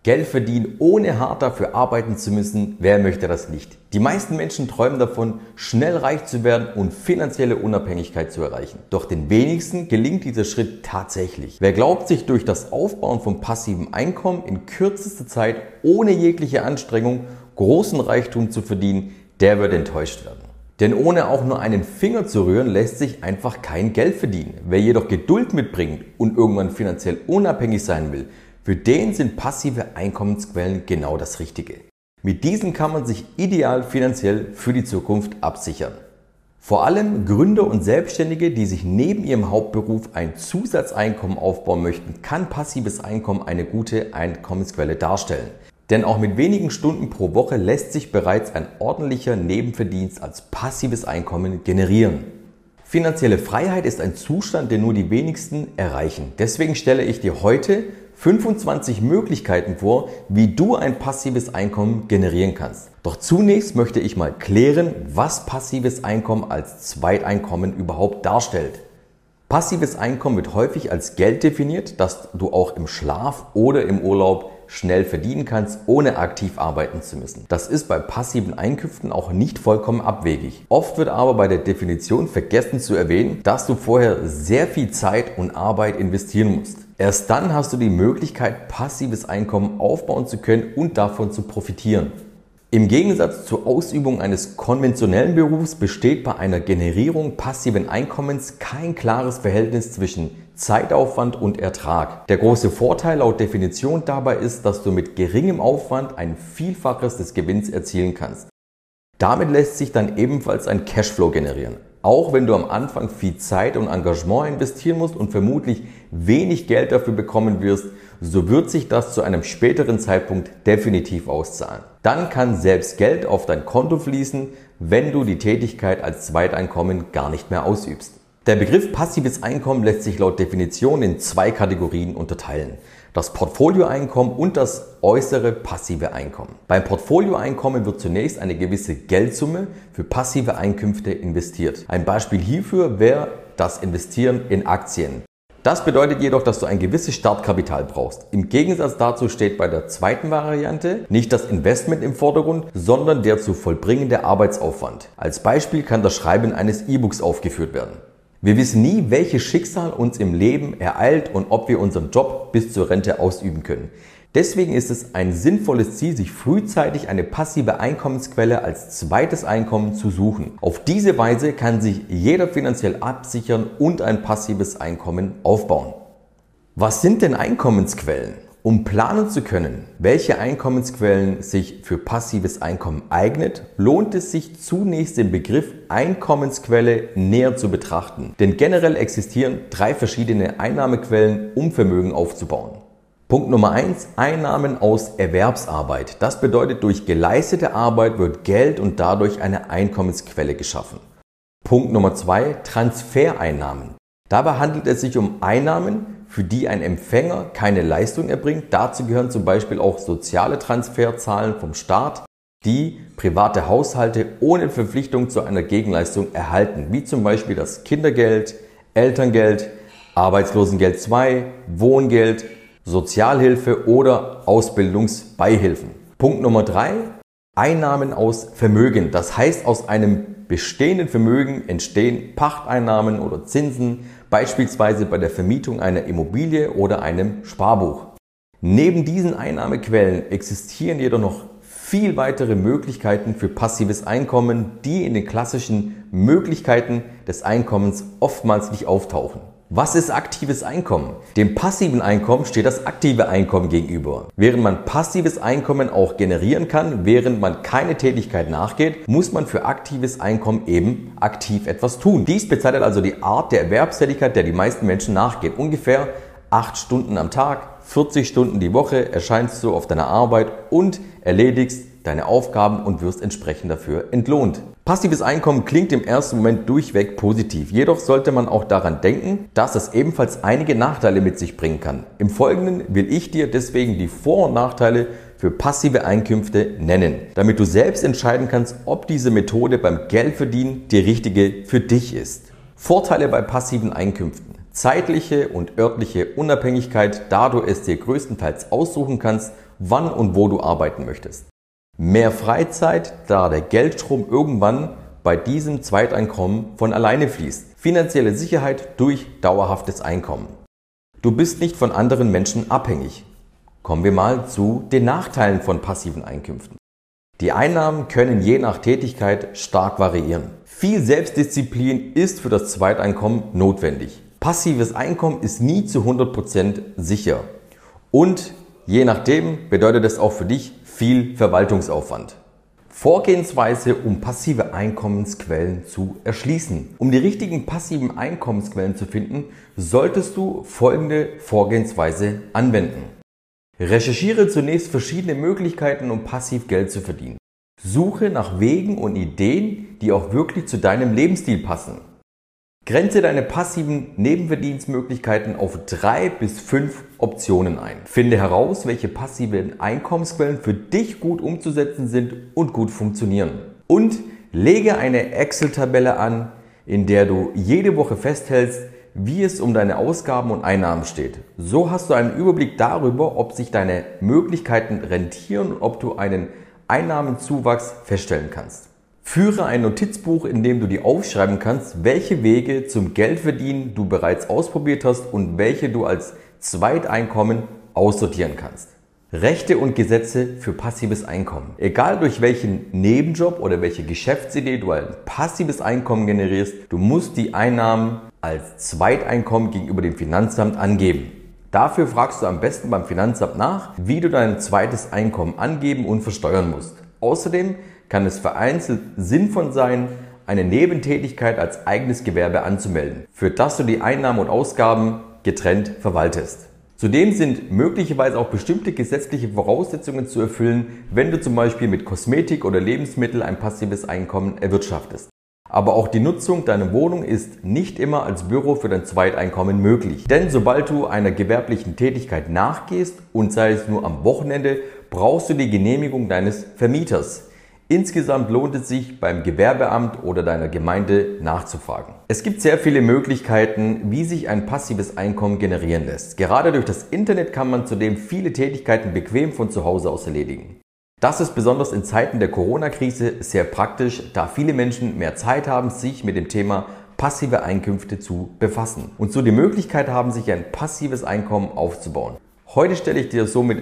Geld verdienen, ohne hart dafür arbeiten zu müssen, wer möchte das nicht? Die meisten Menschen träumen davon, schnell reich zu werden und finanzielle Unabhängigkeit zu erreichen. Doch den wenigsten gelingt dieser Schritt tatsächlich. Wer glaubt, sich durch das Aufbauen von passivem Einkommen in kürzester Zeit ohne jegliche Anstrengung großen Reichtum zu verdienen, der wird enttäuscht werden. Denn ohne auch nur einen Finger zu rühren, lässt sich einfach kein Geld verdienen. Wer jedoch Geduld mitbringt und irgendwann finanziell unabhängig sein will, für den sind passive Einkommensquellen genau das Richtige. Mit diesen kann man sich ideal finanziell für die Zukunft absichern. Vor allem Gründer und Selbstständige, die sich neben ihrem Hauptberuf ein Zusatzeinkommen aufbauen möchten, kann passives Einkommen eine gute Einkommensquelle darstellen. Denn auch mit wenigen Stunden pro Woche lässt sich bereits ein ordentlicher Nebenverdienst als passives Einkommen generieren. Finanzielle Freiheit ist ein Zustand, den nur die wenigsten erreichen. Deswegen stelle ich dir heute 25 Möglichkeiten vor, wie du ein passives Einkommen generieren kannst. Doch zunächst möchte ich mal klären, was passives Einkommen als Zweiteinkommen überhaupt darstellt. Passives Einkommen wird häufig als Geld definiert, das du auch im Schlaf oder im Urlaub schnell verdienen kannst, ohne aktiv arbeiten zu müssen. Das ist bei passiven Einkünften auch nicht vollkommen abwegig. Oft wird aber bei der Definition vergessen zu erwähnen, dass du vorher sehr viel Zeit und Arbeit investieren musst. Erst dann hast du die Möglichkeit, passives Einkommen aufbauen zu können und davon zu profitieren. Im Gegensatz zur Ausübung eines konventionellen Berufs besteht bei einer Generierung passiven Einkommens kein klares Verhältnis zwischen Zeitaufwand und Ertrag. Der große Vorteil laut Definition dabei ist, dass du mit geringem Aufwand ein Vielfaches des Gewinns erzielen kannst. Damit lässt sich dann ebenfalls ein Cashflow generieren. Auch wenn du am Anfang viel Zeit und Engagement investieren musst und vermutlich wenig Geld dafür bekommen wirst, so wird sich das zu einem späteren Zeitpunkt definitiv auszahlen. Dann kann selbst Geld auf dein Konto fließen, wenn du die Tätigkeit als Zweiteinkommen gar nicht mehr ausübst. Der Begriff passives Einkommen lässt sich laut Definition in zwei Kategorien unterteilen: das Portfolioeinkommen und das äußere passive Einkommen. Beim Portfolioeinkommen wird zunächst eine gewisse Geldsumme für passive Einkünfte investiert. Ein Beispiel hierfür wäre das Investieren in Aktien. Das bedeutet jedoch, dass du ein gewisses Startkapital brauchst. Im Gegensatz dazu steht bei der zweiten Variante nicht das Investment im Vordergrund, sondern der zu vollbringende Arbeitsaufwand. Als Beispiel kann das Schreiben eines E-Books aufgeführt werden. Wir wissen nie, welches Schicksal uns im Leben ereilt und ob wir unseren Job bis zur Rente ausüben können. Deswegen ist es ein sinnvolles Ziel, sich frühzeitig eine passive Einkommensquelle als zweites Einkommen zu suchen. Auf diese Weise kann sich jeder finanziell absichern und ein passives Einkommen aufbauen. Was sind denn Einkommensquellen? Um planen zu können, welche Einkommensquellen sich für passives Einkommen eignet, lohnt es sich zunächst den Begriff Einkommensquelle näher zu betrachten. Denn generell existieren 3 verschiedene Einnahmequellen, um Vermögen aufzubauen. Punkt Nummer 1, Einnahmen aus Erwerbsarbeit. Das bedeutet, durch geleistete Arbeit wird Geld und dadurch eine Einkommensquelle geschaffen. Punkt Nummer 2, Transfereinnahmen. Dabei handelt es sich um Einnahmen, für die ein Empfänger keine Leistung erbringt. Dazu gehören zum Beispiel auch soziale Transferzahlen vom Staat, die private Haushalte ohne Verpflichtung zu einer Gegenleistung erhalten, wie zum Beispiel das Kindergeld, Elterngeld, Arbeitslosengeld 2, Wohngeld, Sozialhilfe oder Ausbildungsbeihilfen. Punkt Nummer 3, Einnahmen aus Vermögen. Das heißt, aus einem bestehenden Vermögen entstehen Pachteinnahmen oder Zinsen, beispielsweise bei der Vermietung einer Immobilie oder einem Sparbuch. Neben diesen Einnahmequellen existieren jedoch noch viel weitere Möglichkeiten für passives Einkommen, die in den klassischen Möglichkeiten des Einkommens oftmals nicht auftauchen. Was ist aktives Einkommen? Dem passiven Einkommen steht das aktive Einkommen gegenüber. Während man passives Einkommen auch generieren kann, während man keine Tätigkeit nachgeht, muss man für aktives Einkommen eben aktiv etwas tun. Dies bezeichnet also die Art der Erwerbstätigkeit, der die meisten Menschen nachgehen. Ungefähr 8 Stunden am Tag, 40 Stunden die Woche erscheinst du auf deiner Arbeit und erledigst deine Aufgaben und wirst entsprechend dafür entlohnt. Passives Einkommen klingt im ersten Moment durchweg positiv. Jedoch sollte man auch daran denken, dass es ebenfalls einige Nachteile mit sich bringen kann. Im Folgenden will ich dir deswegen die Vor- und Nachteile für passive Einkünfte nennen, damit du selbst entscheiden kannst, ob diese Methode beim Geldverdienen die richtige für dich ist. Vorteile bei passiven Einkünften: zeitliche und örtliche Unabhängigkeit, da du es dir größtenteils aussuchen kannst, wann und wo du arbeiten möchtest. Mehr Freizeit, da der Geldstrom irgendwann bei diesem Zweiteinkommen von alleine fließt. Finanzielle Sicherheit durch dauerhaftes Einkommen. Du bist nicht von anderen Menschen abhängig. Kommen wir mal zu den Nachteilen von passiven Einkünften. Die Einnahmen können je nach Tätigkeit stark variieren. Viel Selbstdisziplin ist für das Zweiteinkommen notwendig. Passives Einkommen ist nie zu 100% sicher. Und je nachdem bedeutet es auch für dich viel Verwaltungsaufwand. Vorgehensweise, um passive Einkommensquellen zu erschließen. Um die richtigen passiven Einkommensquellen zu finden, solltest du folgende Vorgehensweise anwenden. Recherchiere zunächst verschiedene Möglichkeiten, um passiv Geld zu verdienen. Suche nach Wegen und Ideen, die auch wirklich zu deinem Lebensstil passen. Grenze deine passiven Nebenverdienstmöglichkeiten auf 3 bis 5 Optionen ein. Finde heraus, welche passiven Einkommensquellen für dich gut umzusetzen sind und gut funktionieren. Und lege eine Excel-Tabelle an, in der du jede Woche festhältst, wie es um deine Ausgaben und Einnahmen steht. So hast du einen Überblick darüber, ob sich deine Möglichkeiten rentieren und ob du einen Einnahmenzuwachs feststellen kannst. Führe ein Notizbuch, in dem du dir aufschreiben kannst, welche Wege zum Geldverdienen du bereits ausprobiert hast und welche du als Zweiteinkommen aussortieren kannst. Rechte und Gesetze für passives Einkommen. Egal durch welchen Nebenjob oder welche Geschäftsidee du ein passives Einkommen generierst, du musst die Einnahmen als Zweiteinkommen gegenüber dem Finanzamt angeben. Dafür fragst du am besten beim Finanzamt nach, wie du dein zweites Einkommen angeben und versteuern musst. Außerdem kann es vereinzelt sinnvoll sein, eine Nebentätigkeit als eigenes Gewerbe anzumelden, für das du die Einnahmen und Ausgaben getrennt verwaltest. Zudem sind möglicherweise auch bestimmte gesetzliche Voraussetzungen zu erfüllen, wenn du zum Beispiel mit Kosmetik oder Lebensmittel ein passives Einkommen erwirtschaftest. Aber auch die Nutzung deiner Wohnung ist nicht immer als Büro für dein Zweiteinkommen möglich. Denn sobald du einer gewerblichen Tätigkeit nachgehst und sei es nur am Wochenende, brauchst du die Genehmigung deines Vermieters. Insgesamt lohnt es sich, beim Gewerbeamt oder deiner Gemeinde nachzufragen. Es gibt sehr viele Möglichkeiten, wie sich ein passives Einkommen generieren lässt. Gerade durch das Internet kann man zudem viele Tätigkeiten bequem von zu Hause aus erledigen. Das ist besonders in Zeiten der Corona-Krise sehr praktisch, da viele Menschen mehr Zeit haben, sich mit dem Thema passive Einkünfte zu befassen und so die Möglichkeit haben, sich ein passives Einkommen aufzubauen. Heute stelle ich dir somit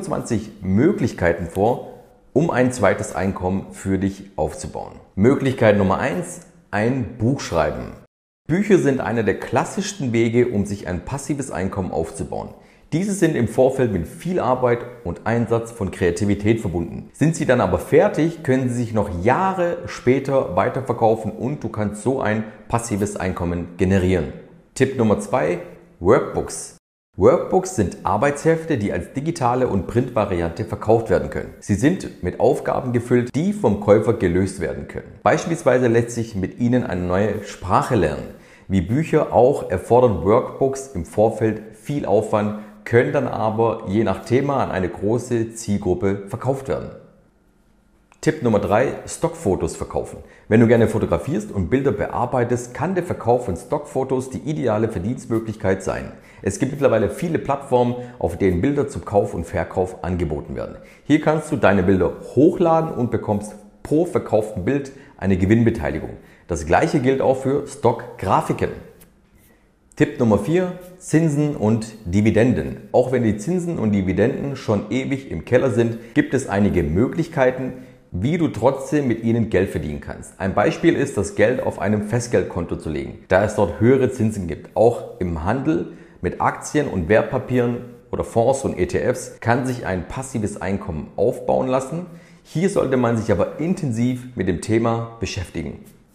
25 Möglichkeiten vor, um ein zweites Einkommen für dich aufzubauen. Möglichkeit Nummer 1, ein Buch schreiben. Bücher sind einer der klassischsten Wege, um sich ein passives Einkommen aufzubauen. Diese sind im Vorfeld mit viel Arbeit und Einsatz von Kreativität verbunden. Sind sie dann aber fertig, können sie sich noch Jahre später weiterverkaufen und du kannst so ein passives Einkommen generieren. Tipp Nummer 2, Workbooks. Workbooks sind Arbeitshefte, die als digitale und Printvariante verkauft werden können. Sie sind mit Aufgaben gefüllt, die vom Käufer gelöst werden können. Beispielsweise lässt sich mit ihnen eine neue Sprache lernen. Wie Bücher auch erfordern Workbooks im Vorfeld viel Aufwand, können dann aber je nach Thema an eine große Zielgruppe verkauft werden. Tipp Nummer 3, Stockfotos verkaufen. Wenn du gerne fotografierst und Bilder bearbeitest, kann der Verkauf von Stockfotos die ideale Verdienstmöglichkeit sein. Es gibt mittlerweile viele Plattformen, auf denen Bilder zum Kauf und Verkauf angeboten werden. Hier kannst du deine Bilder hochladen und bekommst pro verkauften Bild eine Gewinnbeteiligung. Das gleiche gilt auch für Stockgrafiken. Tipp Nummer 4, Zinsen und Dividenden. Auch wenn die Zinsen und Dividenden schon ewig im Keller sind, gibt es einige Möglichkeiten, wie du trotzdem mit ihnen Geld verdienen kannst. Ein Beispiel ist, das Geld auf einem Festgeldkonto zu legen, da es dort höhere Zinsen gibt. Auch im Handel mit Aktien und Wertpapieren oder Fonds und ETFs kann sich ein passives Einkommen aufbauen lassen. Hier sollte man sich aber intensiv mit dem Thema beschäftigen.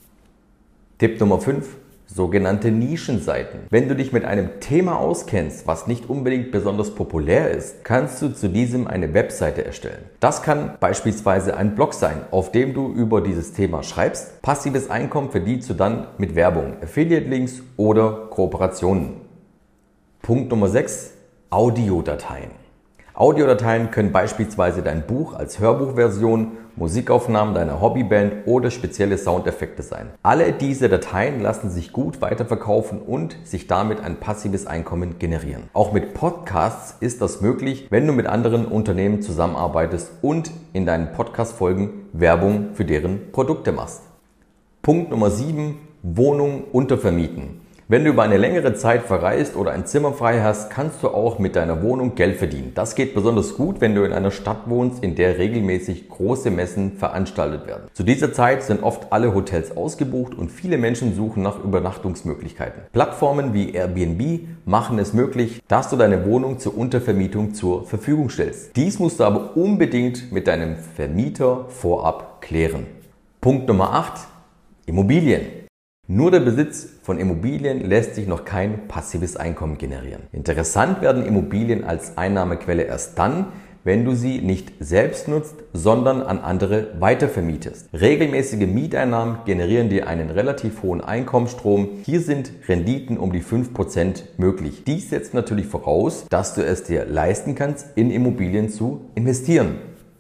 Tipp Nummer 5. Sogenannte Nischenseiten. Wenn du dich mit einem Thema auskennst, was nicht unbedingt besonders populär ist, kannst du zu diesem eine Webseite erstellen. Das kann beispielsweise ein Blog sein, auf dem du über dieses Thema schreibst. Passives Einkommen verdienst du dann mit Werbung, Affiliate-Links oder Kooperationen. Punkt Nummer 6. Audiodateien. Audiodateien können beispielsweise dein Buch als Hörbuchversion, Musikaufnahmen deiner Hobbyband oder spezielle Soundeffekte sein. Alle diese Dateien lassen sich gut weiterverkaufen und sich damit ein passives Einkommen generieren. Auch mit Podcasts ist das möglich, wenn du mit anderen Unternehmen zusammenarbeitest und in deinen Podcast-Folgen Werbung für deren Produkte machst. Punkt Nummer 7. Wohnung untervermieten. Wenn du über eine längere Zeit verreist oder ein Zimmer frei hast, kannst du auch mit deiner Wohnung Geld verdienen. Das geht besonders gut, wenn du in einer Stadt wohnst, in der regelmäßig große Messen veranstaltet werden. Zu dieser Zeit sind oft alle Hotels ausgebucht und viele Menschen suchen nach Übernachtungsmöglichkeiten. Plattformen wie Airbnb machen es möglich, dass du deine Wohnung zur Untervermietung zur Verfügung stellst. Dies musst du aber unbedingt mit deinem Vermieter vorab klären. Punkt Nummer 8. Immobilien. Nur der Besitz von Immobilien lässt sich noch kein passives Einkommen generieren. Interessant werden Immobilien als Einnahmequelle erst dann, wenn du sie nicht selbst nutzt, sondern an andere weitervermietest. Regelmäßige Mieteinnahmen generieren dir einen relativ hohen Einkommensstrom. Hier sind Renditen um die 5% möglich. Dies setzt natürlich voraus, dass du es dir leisten kannst, in Immobilien zu investieren.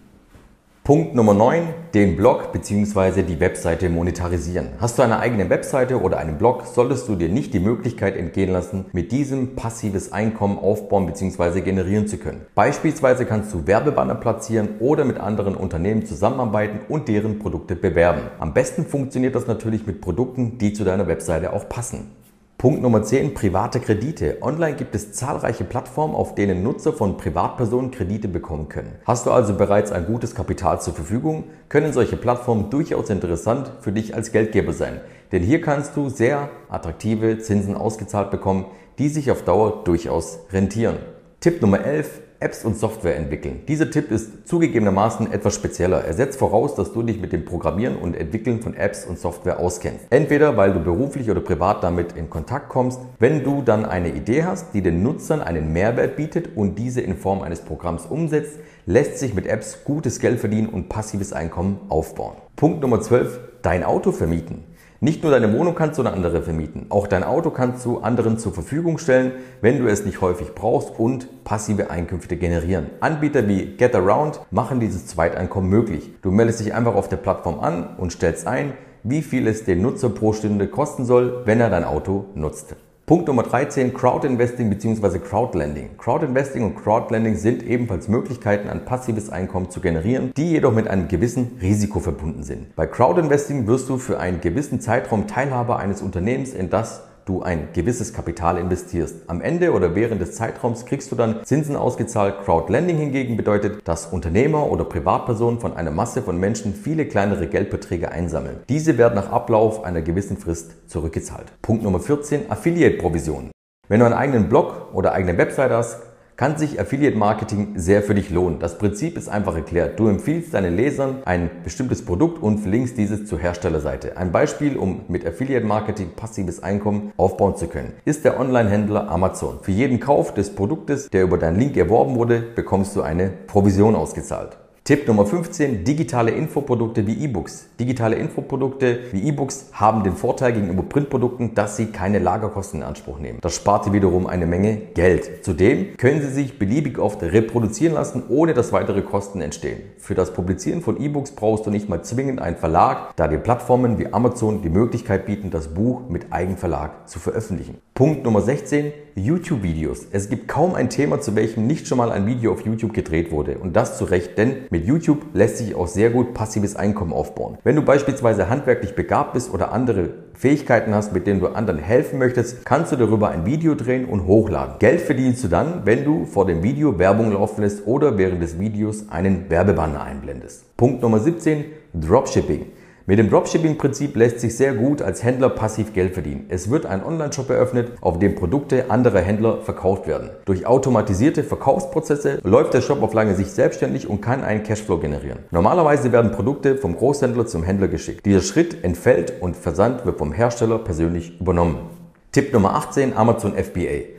Punkt Nummer 9, den Blog bzw. die Webseite monetarisieren. Hast du eine eigene Webseite oder einen Blog, solltest du dir nicht die Möglichkeit entgehen lassen, mit diesem passives Einkommen aufbauen bzw. generieren zu können. Beispielsweise kannst du Werbebanner platzieren oder mit anderen Unternehmen zusammenarbeiten und deren Produkte bewerben. Am besten funktioniert das natürlich mit Produkten, die zu deiner Webseite auch passen. Punkt Nummer 10, private Kredite. Online gibt es zahlreiche Plattformen, auf denen Nutzer von Privatpersonen Kredite bekommen können. Hast du also bereits ein gutes Kapital zur Verfügung, können solche Plattformen durchaus interessant für dich als Geldgeber sein. Denn hier kannst du sehr attraktive Zinsen ausgezahlt bekommen, die sich auf Dauer durchaus rentieren. Tipp Nummer 11. Apps und Software entwickeln. Dieser Tipp ist zugegebenermaßen etwas spezieller. Er setzt voraus, dass du dich mit dem Programmieren und Entwickeln von Apps und Software auskennst. Entweder weil du beruflich oder privat damit in Kontakt kommst. Wenn du dann eine Idee hast, die den Nutzern einen Mehrwert bietet und diese in Form eines Programms umsetzt, lässt sich mit Apps gutes Geld verdienen und passives Einkommen aufbauen. Punkt Nummer 12. Dein Auto vermieten. Nicht nur deine Wohnung kannst du an andere vermieten, auch dein Auto kannst du anderen zur Verfügung stellen, wenn du es nicht häufig brauchst und passive Einkünfte generieren. Anbieter wie GetAround machen dieses Zweiteinkommen möglich. Du meldest dich einfach auf der Plattform an und stellst ein, wie viel es den Nutzer pro Stunde kosten soll, wenn er dein Auto nutzt. Punkt Nummer 13, Crowdinvesting bzw. Crowdlending. Crowdinvesting und Crowdlending sind ebenfalls Möglichkeiten, ein passives Einkommen zu generieren, die jedoch mit einem gewissen Risiko verbunden sind. Bei Crowdinvesting wirst du für einen gewissen Zeitraum Teilhaber eines Unternehmens, in das du ein gewisses Kapital investierst. Am Ende oder während des Zeitraums kriegst du dann Zinsen ausgezahlt. Crowdlending hingegen bedeutet, dass Unternehmer oder Privatpersonen von einer Masse von Menschen viele kleinere Geldbeträge einsammeln. Diese werden nach Ablauf einer gewissen Frist zurückgezahlt. Punkt Nummer 14, Affiliate-Provisionen. Wenn du einen eigenen Blog oder eigene Webseite hast, kann sich Affiliate Marketing sehr für dich lohnen. Das Prinzip ist einfach erklärt. Du empfiehlst deinen Lesern ein bestimmtes Produkt und verlinkst dieses zur Herstellerseite. Ein Beispiel, um mit Affiliate Marketing passives Einkommen aufbauen zu können, ist der Online-Händler Amazon. Für jeden Kauf des Produktes, der über deinen Link erworben wurde, bekommst du eine Provision ausgezahlt. Tipp Nummer 15, digitale Infoprodukte wie E-Books. Digitale Infoprodukte wie E-Books haben den Vorteil gegenüber Printprodukten, dass sie keine Lagerkosten in Anspruch nehmen. Das spart dir wiederum eine Menge Geld. Zudem können sie sich beliebig oft reproduzieren lassen, ohne dass weitere Kosten entstehen. Für das Publizieren von E-Books brauchst du nicht mal zwingend einen Verlag, da dir Plattformen wie Amazon die Möglichkeit bieten, das Buch mit Eigenverlag zu veröffentlichen. Punkt Nummer 16, YouTube-Videos. Es gibt kaum ein Thema, zu welchem nicht schon mal ein Video auf YouTube gedreht wurde. Und das zu Recht, denn mit YouTube lässt sich auch sehr gut passives Einkommen aufbauen. Wenn du beispielsweise handwerklich begabt bist oder andere Fähigkeiten hast, mit denen du anderen helfen möchtest, kannst du darüber ein Video drehen und hochladen. Geld verdienst du dann, wenn du vor dem Video Werbung laufen lässt oder während des Videos einen Werbebanner einblendest. Punkt Nummer 17, Dropshipping. Mit dem Dropshipping-Prinzip lässt sich sehr gut als Händler passiv Geld verdienen. Es wird ein Online-Shop eröffnet, auf dem Produkte anderer Händler verkauft werden. Durch automatisierte Verkaufsprozesse läuft der Shop auf lange Sicht selbstständig und kann einen Cashflow generieren. Normalerweise werden Produkte vom Großhändler zum Händler geschickt. Dieser Schritt entfällt und Versand wird vom Hersteller persönlich übernommen. Tipp Nummer 18, Amazon FBA.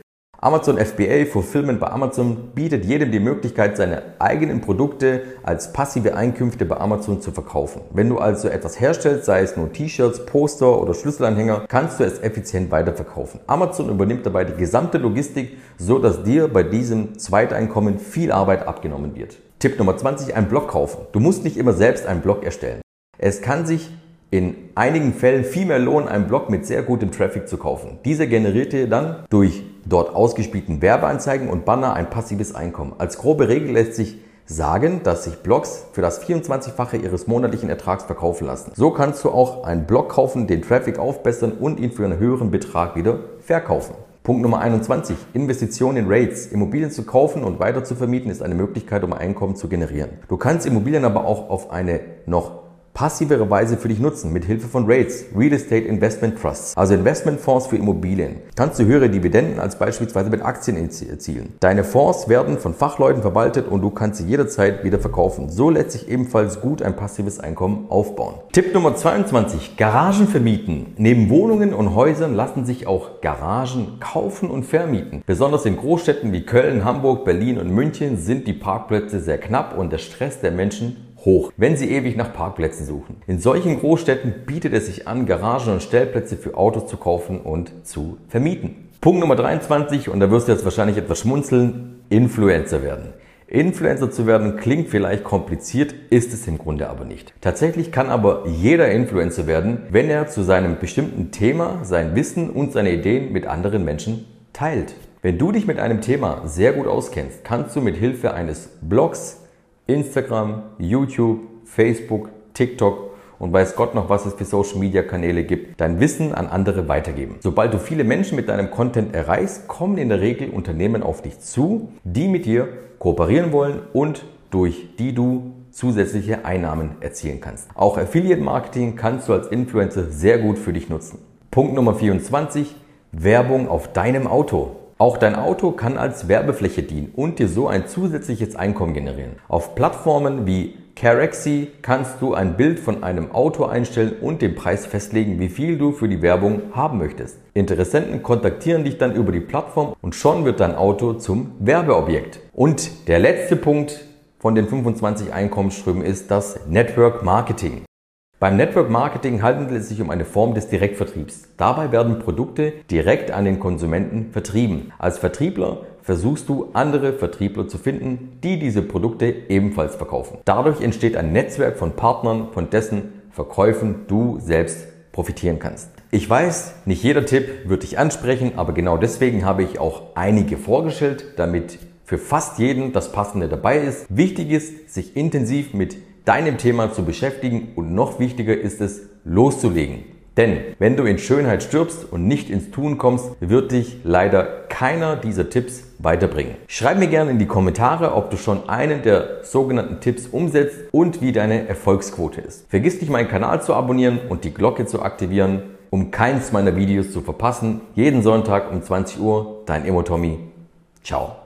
Amazon FBA Fulfillment bei Amazon bietet jedem die Möglichkeit, seine eigenen Produkte als passive Einkünfte bei Amazon zu verkaufen. Wenn du also etwas herstellst, sei es nur T-Shirts, Poster oder Schlüsselanhänger, kannst du es effizient weiterverkaufen. Amazon übernimmt dabei die gesamte Logistik, so dass dir bei diesem Zweiteinkommen viel Arbeit abgenommen wird. Tipp Nummer 20, einen Blog kaufen. Du musst nicht immer selbst einen Blog erstellen. Es kann sich in einigen Fällen viel mehr lohnen, einen Blog mit sehr gutem Traffic zu kaufen. Dieser generiert dir dann durch dort ausgespielten Werbeanzeigen und Banner ein passives Einkommen. Als grobe Regel lässt sich sagen, dass sich Blogs für das 24-fache ihres monatlichen Ertrags verkaufen lassen. So kannst du auch einen Blog kaufen, den Traffic aufbessern und ihn für einen höheren Betrag wieder verkaufen. Punkt Nummer 21. Investition in Rates. Immobilien zu kaufen und weiter zu vermieten ist eine Möglichkeit, um Einkommen zu generieren. Du kannst Immobilien aber auch auf eine noch passivere Weise für dich nutzen, mit Hilfe von REITs, Real Estate Investment Trusts, also Investmentfonds für Immobilien. Kannst du höhere Dividenden als beispielsweise mit Aktien erzielen. Deine Fonds werden von Fachleuten verwaltet und du kannst sie jederzeit wieder verkaufen. So lässt sich ebenfalls gut ein passives Einkommen aufbauen. Tipp Nummer 22. Garagen vermieten. Neben Wohnungen und Häusern lassen sich auch Garagen kaufen und vermieten. Besonders in Großstädten wie Köln, Hamburg, Berlin und München sind die Parkplätze sehr knapp und der Stress der Menschen hoch, wenn sie ewig nach Parkplätzen suchen. In solchen Großstädten bietet es sich an, Garagen und Stellplätze für Autos zu kaufen und zu vermieten. Punkt Nummer 23, und da wirst du jetzt wahrscheinlich etwas schmunzeln, Influencer werden. Influencer zu werden klingt vielleicht kompliziert, ist es im Grunde aber nicht. Tatsächlich kann aber jeder Influencer werden, wenn er zu seinem bestimmten Thema sein Wissen und seine Ideen mit anderen Menschen teilt. Wenn du dich mit einem Thema sehr gut auskennst, kannst du mit Hilfe eines Blogs, Instagram, YouTube, Facebook, TikTok und weiß Gott noch, was es für Social Media Kanäle gibt, dein Wissen an andere weitergeben. Sobald du viele Menschen mit deinem Content erreichst, kommen in der Regel Unternehmen auf dich zu, die mit dir kooperieren wollen und durch die du zusätzliche Einnahmen erzielen kannst. Auch Affiliate Marketing kannst du als Influencer sehr gut für dich nutzen. Punkt Nummer 24, Werbung auf deinem Auto. Auch dein Auto kann als Werbefläche dienen und dir so ein zusätzliches Einkommen generieren. Auf Plattformen wie Carexy kannst du ein Bild von einem Auto einstellen und den Preis festlegen, wie viel du für die Werbung haben möchtest. Interessenten kontaktieren dich dann über die Plattform und schon wird dein Auto zum Werbeobjekt. Und der letzte Punkt von den 25 Einkommensströmen ist das Network Marketing. Beim Network Marketing handelt es sich um eine Form des Direktvertriebs. Dabei werden Produkte direkt an den Konsumenten vertrieben. Als Vertriebler versuchst du, andere Vertriebler zu finden, die diese Produkte ebenfalls verkaufen. Dadurch entsteht ein Netzwerk von Partnern, von dessen Verkäufen du selbst profitieren kannst. Ich weiß, nicht jeder Tipp wird dich ansprechen, aber genau deswegen habe ich auch einige vorgestellt, damit für fast jeden das Passende dabei ist. Wichtig ist, sich intensiv mit deinem Thema zu beschäftigen und noch wichtiger ist es, loszulegen. Denn wenn du in Schönheit stirbst und nicht ins Tun kommst, wird dich leider keiner dieser Tipps weiterbringen. Schreib mir gerne in die Kommentare, ob du schon einen der sogenannten Tipps umsetzt und wie deine Erfolgsquote ist. Vergiss nicht, meinen Kanal zu abonnieren und die Glocke zu aktivieren, um keins meiner Videos zu verpassen. Jeden Sonntag um 20 Uhr, dein Immo Tommy. Ciao.